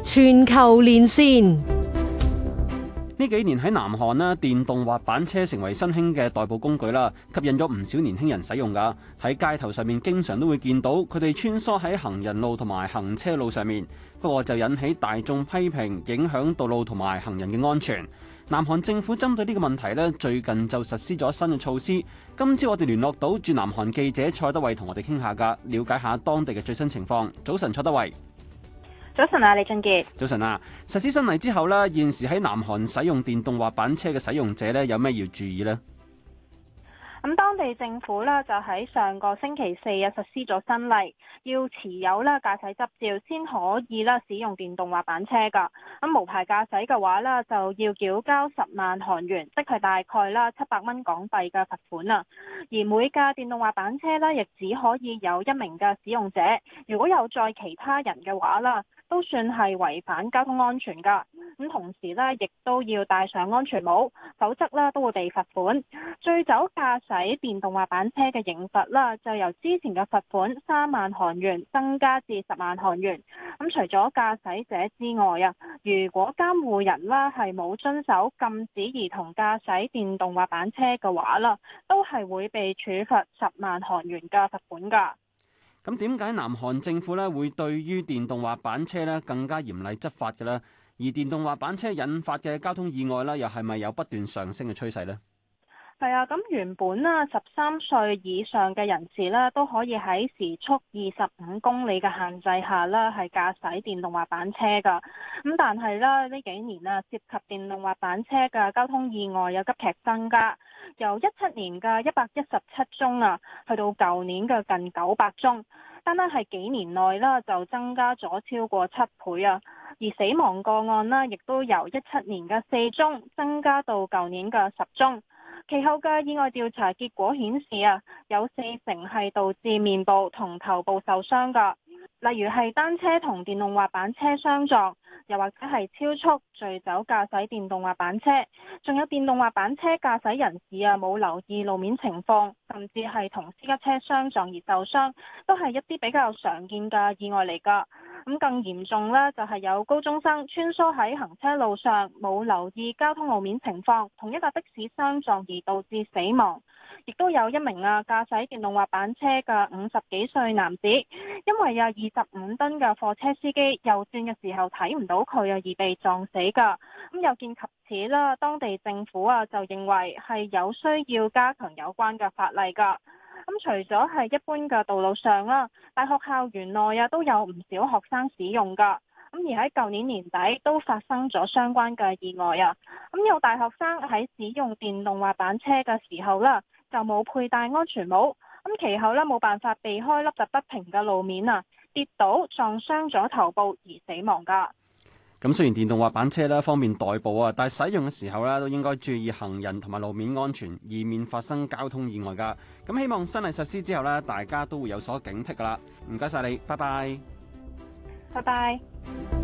全球連線。 呢幾年喺南韓啦，電動滑板車成為新興嘅代步工具啦，吸引咗唔少年輕人使用㗎。喺街頭上面經常都會見到佢哋穿梭喺行人路同埋行車路上面，不過就引起大眾批評，影響道路同埋行人嘅安全。南韓政府針對呢個問題呢，最近就實施咗新嘅措施。今朝我哋聯絡到駐南韓記者蔡德蕙同我哋傾下㗎，了解下當地嘅最新情況。早晨，蔡德蕙。 早晨啊，李俊傑。 早晨啊！實施新例之後呢，現時喺南韓使用電動滑板車嘅使用者呢，有咩要注意呢？ 咁當地政府呢，就喺上個星期四實施咗新例，要持有駕駛執照先可以使用電動滑板車㗎。咁無牌駕駛嘅話呢，就要繳交10萬韓元，即係大概700蚊港幣嘅罰款啊。而每架電動滑板車呢，亦只可以有1名嘅使用者。如果有載其他人嘅話呢，都算係違反交通安全㗎。咁同時呢，亦都要戴上安全帽，否則呢都會被罰款。醉酒駕駛電動滑板車嘅刑罰啦，就由之前嘅罰款3萬韓元增加至10萬韓元。咁除咗駕駛者之外啊，如果監護人啦係冇遵守禁止兒童駕駛電動滑板車嘅話啦，都係會被處罰10萬韓元嘅罰款㗎。 咁點解南韓政府咧會對於電動滑板車咧更加嚴厲執法嘅呢？而電動滑板車引發嘅交通意外咧，又係咪有不斷上升嘅趨勢呢？ 係啊，咁原本13歲以上嘅人士都可以喺時速25公里嘅限制下係駕駛電動滑板車㗎。咁但係呢幾年涉及電動滑板車嘅交通意外有急劇增加，由17年嘅117宗去到舊年嘅近900宗，單係幾年內就增加咗超過7倍啊！而死亡個案亦都由17年嘅4宗增加到舊年嘅10宗。其後嘅意外調查結果顯示有40%係導致面部同頭部受傷㗎，例如係單車同電動滑板車相撞，又或者係超速、醉酒駕駛電動滑板車，仲有電動滑板車駕駛人士冇留意路面情況，甚至係同私家車相撞而受傷，都係一啲比較常見嘅意外嚟㗎。咁更嚴重就係有高中生穿梭喺行車路上，冇留意交通路面情況，同一架的士相撞而導致死亡。亦都有一名駕駛電動滑板車嘅50幾歲男子，因為25噸嘅貨車司機右轉嘅時候睇唔到佢而被撞死㗎。咁有見及此啦，當地政府就認為係有需要加強有關嘅法例㗎。咁除咗係一般嘅道路上大學校園內都有唔少學生使用㗎。咁而喺舊年年底都發生咗相關嘅意外咁有大學生喺使用電動滑板車嘅時候就冇佩戴安全帽，咁其後冇辦法避開凹凸不平嘅路面跌倒撞傷咗頭部而死亡㗎。 咁雖然電動滑板車方便代步但係使用嘅時候都應該注意行人同埋路面安全，以免發生交通意外㗎。咁希望新例實施之後大家都會有所警惕㗎啦。唔該晒你，拜拜。 拜拜。